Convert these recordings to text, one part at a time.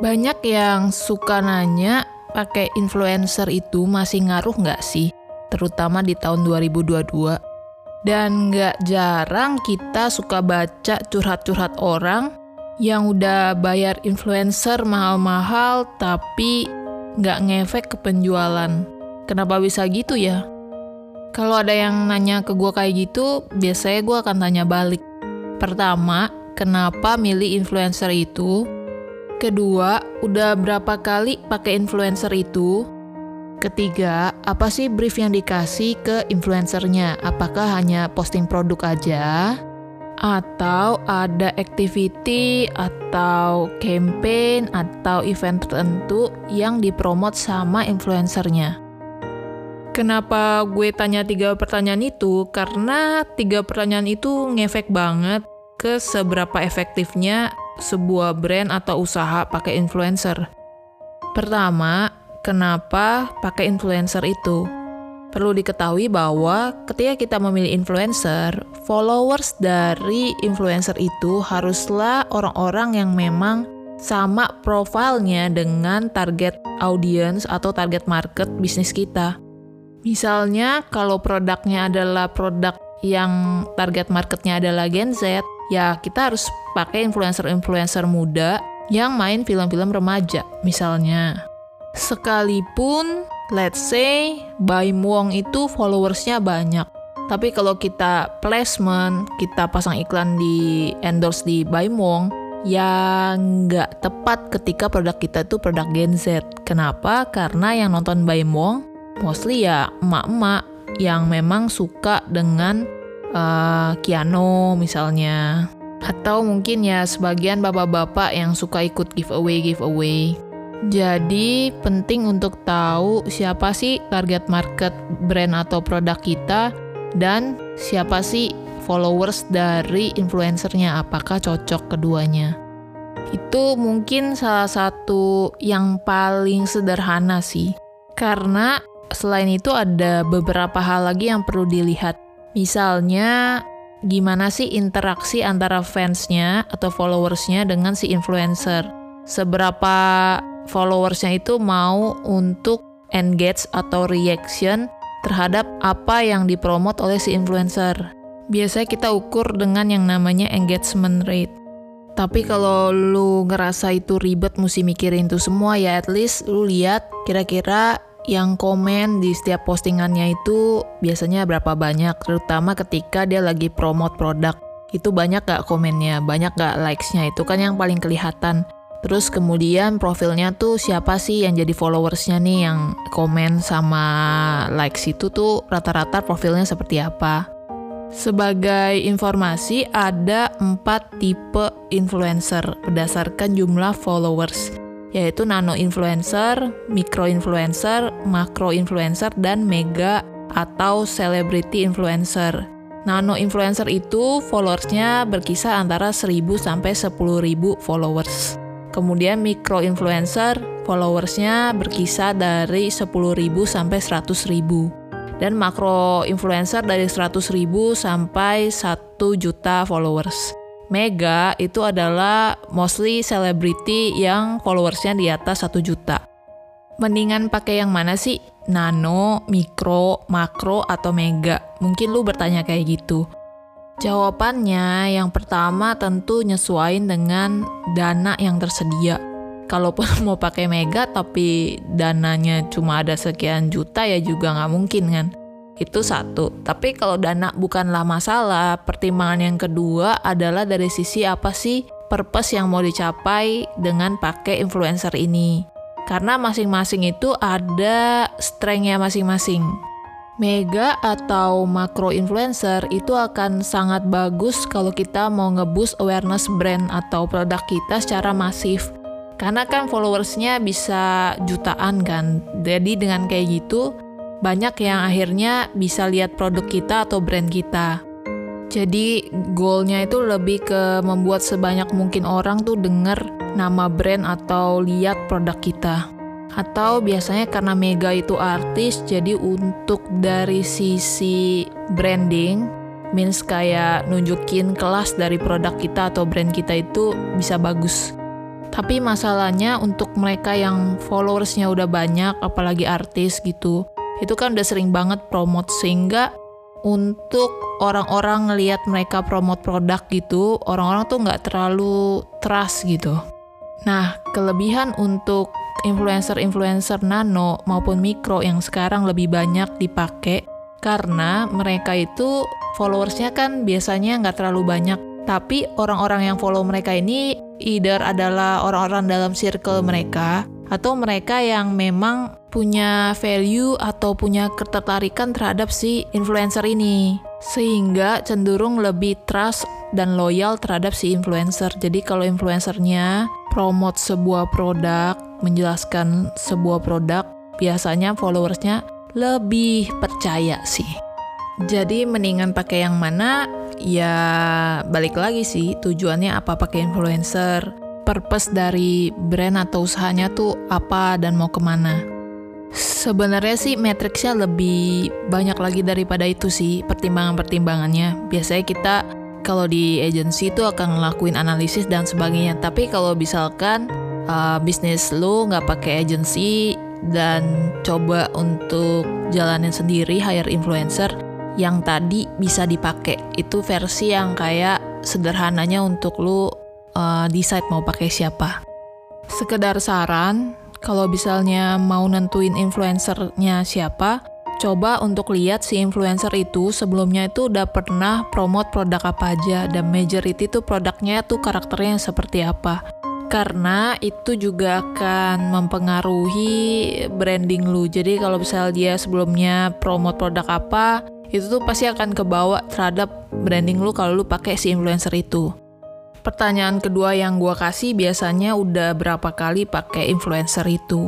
Banyak yang suka nanya, pakai influencer itu masih ngaruh nggak sih? Terutama di tahun 2022. Dan nggak jarang kita suka baca curhat-curhat orang yang udah bayar influencer mahal-mahal tapi nggak ngefek ke penjualan. Kenapa bisa gitu ya? Kalau ada yang nanya ke gue kayak gitu, biasanya gue akan tanya balik. Pertama, kenapa milih influencer itu? Kedua, udah berapa kali pakai influencer itu? Ketiga, apa sih brief yang dikasih ke influencernya? Apakah hanya posting produk aja? Atau ada activity, atau campaign, atau event tertentu yang dipromot sama influencernya? Kenapa gue tanya 3 pertanyaan itu? Karena 3 pertanyaan itu ngefek banget ke seberapa efektifnya sebuah brand atau usaha pakai influencer. Pertama, kenapa pakai influencer itu? Perlu diketahui bahwa ketika kita memilih influencer, followers dari influencer itu haruslah orang-orang yang memang sama profilnya dengan target audience atau target market bisnis kita. Misalnya, kalau produknya adalah produk yang target marketnya adalah Gen Z, ya kita harus pakai influencer-influencer muda yang main film-film remaja, misalnya. Sekalipun, let's say, Baim Wong itu followersnya banyak. Tapi kalau kita placement, kita pasang iklan di endorse di Baim Wong, ya nggak tepat ketika produk kita itu produk Gen Z. Kenapa? Karena yang nonton Baim Wong, mostly ya emak-emak yang memang suka dengan Kiano misalnya. Atau mungkin ya sebagian bapak-bapak yang suka ikut giveaway. Jadi penting untuk tahu siapa sih target market brand atau produk kita dan siapa sih followers dari influencernya, apakah cocok keduanya. Itu mungkin salah satu yang paling sederhana sih. Karena selain itu ada beberapa hal lagi yang perlu dilihat. Misalnya, gimana sih interaksi antara fansnya atau followersnya dengan si influencer? Seberapa followersnya itu mau untuk engage atau reaction terhadap apa yang dipromot oleh si influencer. Biasanya kita ukur dengan yang namanya engagement rate. Tapi kalau lu ngerasa itu ribet mesti mikirin itu semua, ya at least lu lihat kira-kira yang komen di setiap postingannya itu biasanya berapa banyak, terutama ketika dia lagi promote produk. Itu banyak gak komennya, banyak gak likes-nya, itu kan yang paling kelihatan. Terus kemudian profilnya tuh siapa sih yang jadi followersnya nih yang komen sama likes itu tuh rata-rata profilnya seperti apa. Sebagai informasi, ada 4 tipe influencer berdasarkan jumlah followers, yaitu nano influencer, micro influencer, macro influencer, dan mega atau celebrity influencer. Nano influencer itu followersnya berkisar antara 1.000 sampai 10.000 followers. Kemudian micro influencer followersnya berkisar dari 10.000 sampai 100.000. Dan makro influencer dari 100.000 sampai 1 juta followers. Mega itu adalah mostly celebrity yang followersnya di atas 1 juta. Mendingan pakai yang mana sih? Nano, mikro, makro, atau mega? Mungkin lu bertanya kayak gitu. Jawabannya yang pertama tentu nyesuaiin dengan dana yang tersedia. Kalaupun mau pakai mega tapi dananya cuma ada sekian juta ya juga nggak mungkin kan. Itu satu. Tapi kalau dana bukanlah masalah, pertimbangan yang kedua adalah dari sisi apa sih purpose yang mau dicapai dengan pakai influencer ini. Karena masing-masing itu ada strength-nya masing-masing. Mega atau makro influencer itu akan sangat bagus kalau kita mau nge-boost awareness brand atau produk kita secara masif. Karena kan followersnya bisa jutaan kan. Jadi dengan kayak gitu, banyak yang akhirnya bisa lihat produk kita atau brand kita. Jadi goalnya itu lebih ke membuat sebanyak mungkin orang tuh denger nama brand atau lihat produk kita. Atau biasanya karena Mega itu artis, jadi untuk dari sisi branding, means kayak nunjukin kelas dari produk kita atau brand kita itu bisa bagus. Tapi masalahnya untuk mereka yang followersnya udah banyak, apalagi artis gitu, itu kan udah sering banget promote, sehingga untuk orang-orang ngelihat mereka promote produk gitu, orang-orang tuh nggak terlalu trust gitu. Nah, kelebihan untuk influencer-influencer nano maupun mikro yang sekarang lebih banyak dipakai, karena mereka itu followersnya kan biasanya nggak terlalu banyak, tapi orang-orang yang follow mereka ini either adalah orang-orang dalam circle mereka, atau mereka yang memang punya value atau punya ketertarikan terhadap si influencer ini, sehingga cenderung lebih trust dan loyal terhadap si influencer. Jadi kalau influencernya promote sebuah produk, menjelaskan sebuah produk, biasanya followersnya lebih percaya sih. Jadi mendingan pakai yang mana? Ya balik lagi sih, tujuannya apa pakai influencer, purpose dari brand atau usahanya tuh apa dan mau kemana. Sebenarnya sih matriksnya lebih banyak lagi daripada itu sih, pertimbangan-pertimbangannya. Biasanya kita kalau di agency itu akan ngelakuin analisis dan sebagainya. Tapi kalau misalkan bisnis lu nggak pakai agency dan coba untuk jalanin sendiri, hire influencer, yang tadi bisa dipakai. Itu versi yang kayak sederhananya untuk lu decide mau pakai siapa. Sekedar saran, kalau misalnya mau nentuin influencernya siapa, coba untuk lihat si influencer itu sebelumnya itu udah pernah promote produk apa aja, dan majority tuh produknya tuh karakternya seperti apa. Karena itu juga akan mempengaruhi branding lu. Jadi kalau misalnya dia sebelumnya promote produk apa, itu tuh pasti akan kebawa terhadap branding lu kalau lu pakai si influencer itu. Pertanyaan kedua yang gua kasih, biasanya udah berapa kali pakai influencer itu.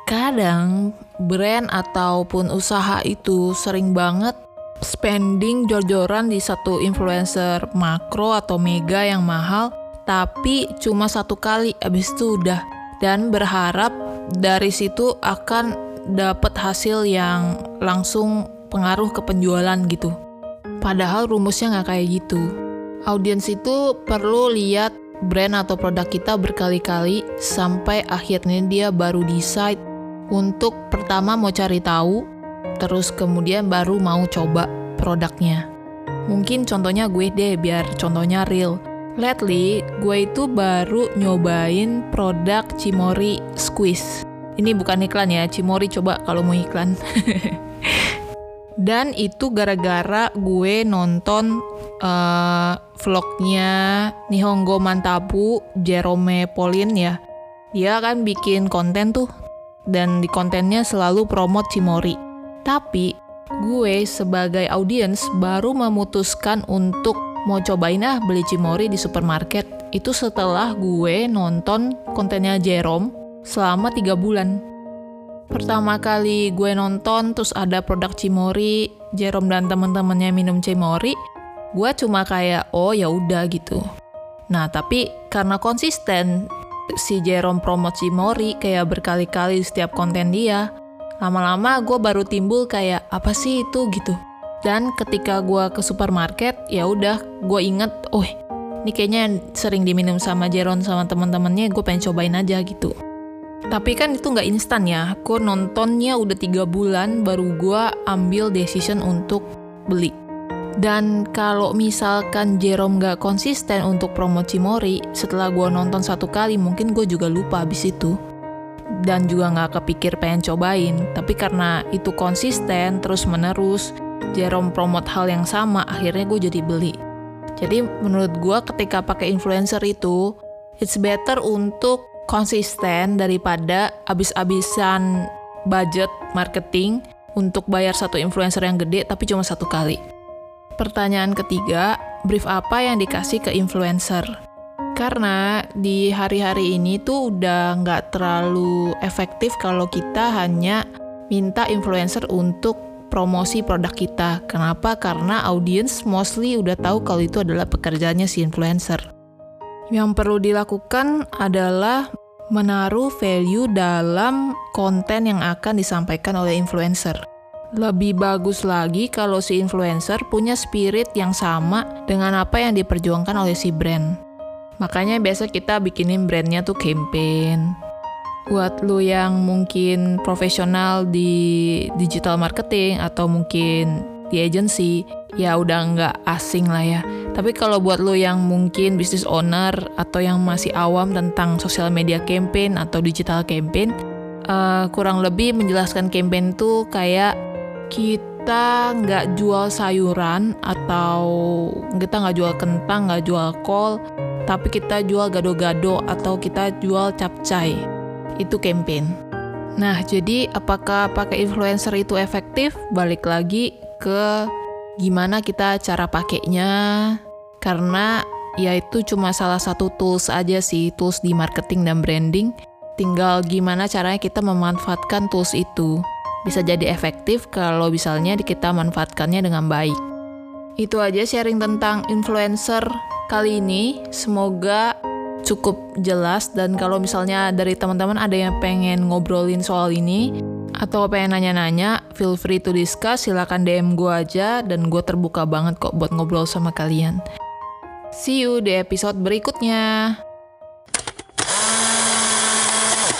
Kadang brand ataupun usaha itu sering banget spending jor-joran di satu influencer makro atau mega yang mahal, tapi cuma satu kali, abis itu udah. Dan berharap dari situ akan dapat hasil yang langsung pengaruh ke penjualan gitu. Padahal rumusnya nggak kayak gitu. Audiens itu perlu lihat brand atau produk kita berkali-kali sampai akhirnya dia baru decide untuk pertama mau cari tahu, terus kemudian baru mau coba produknya. Mungkin contohnya gue deh, biar contohnya real. Lately, gue itu baru nyobain produk Cimory Squeeze. Ini bukan iklan ya, Cimory coba kalau mau iklan. Dan itu gara-gara gue nonton vlognya Nihongo Mantabu, Jerome Pauline ya. Dia kan bikin konten tuh, dan di kontennya selalu promote Cimory. Tapi gue sebagai audiens baru memutuskan untuk mau cobain beli Cimory di supermarket. Itu setelah gue nonton kontennya Jerome selama 3 bulan. Pertama kali gue nonton terus ada produk Cimory, Jerome dan teman-temannya minum Cimory, gue cuma kayak oh ya udah gitu. Nah tapi karena konsisten si Jerome promote Cimory kayak berkali-kali di setiap konten dia, lama-lama gue baru timbul kayak apa sih itu gitu. Dan ketika gue ke supermarket, ya udah gue inget, oh ini kayaknya sering diminum sama Jerome sama teman-temannya, gue pengen cobain aja gitu. Tapi kan itu nggak instan ya, gue nontonnya udah 3 bulan baru gue ambil decision untuk beli. Dan kalau misalkan Jerome nggak konsisten untuk promote Cimory, setelah gue nonton 1 kali mungkin gue juga lupa abis itu. Dan juga nggak kepikir pengen cobain, tapi karena itu konsisten terus menerus, Jerome promote hal yang sama, akhirnya gue jadi beli. Jadi menurut gue ketika pakai influencer itu, it's better untuk konsisten daripada abis-abisan budget marketing untuk bayar satu influencer yang gede tapi cuma 1 kali. Pertanyaan ketiga, brief apa yang dikasih ke influencer? Karena di hari-hari ini tuh udah nggak terlalu efektif kalau kita hanya minta influencer untuk promosi produk kita. Kenapa? Karena audiens mostly udah tahu kalau itu adalah pekerjaannya si influencer. Yang perlu dilakukan adalah menaruh value dalam konten yang akan disampaikan oleh influencer. Lebih bagus lagi kalau si influencer punya spirit yang sama dengan apa yang diperjuangkan oleh si brand. Makanya biasa kita bikinin brandnya tuh campaign. Buat lu yang mungkin profesional di digital marketing atau mungkin di agency, ya udah nggak asing lah ya. Tapi kalau buat lu yang mungkin business owner atau yang masih awam tentang social media campaign atau digital campaign, kurang lebih menjelaskan campaign tuh kayak kita nggak jual sayuran atau kita nggak jual kentang, nggak jual kol, tapi kita jual gado-gado atau kita jual capcay. Itu campaign. Nah, jadi apakah pakai influencer itu efektif? Balik lagi ke gimana kita cara pakainya. Karena ya itu cuma salah satu tools aja sih, tools di marketing dan branding. Tinggal gimana caranya kita memanfaatkan tools itu. Bisa jadi efektif kalau misalnya kita manfaatkannya dengan baik. Itu aja sharing tentang influencer kali ini. Semoga cukup jelas, dan kalau misalnya dari teman-teman ada yang pengen ngobrolin soal ini atau pengen nanya-nanya, feel free to discuss, silakan DM gue aja, dan gue terbuka banget kok buat ngobrol sama kalian. See you di episode berikutnya.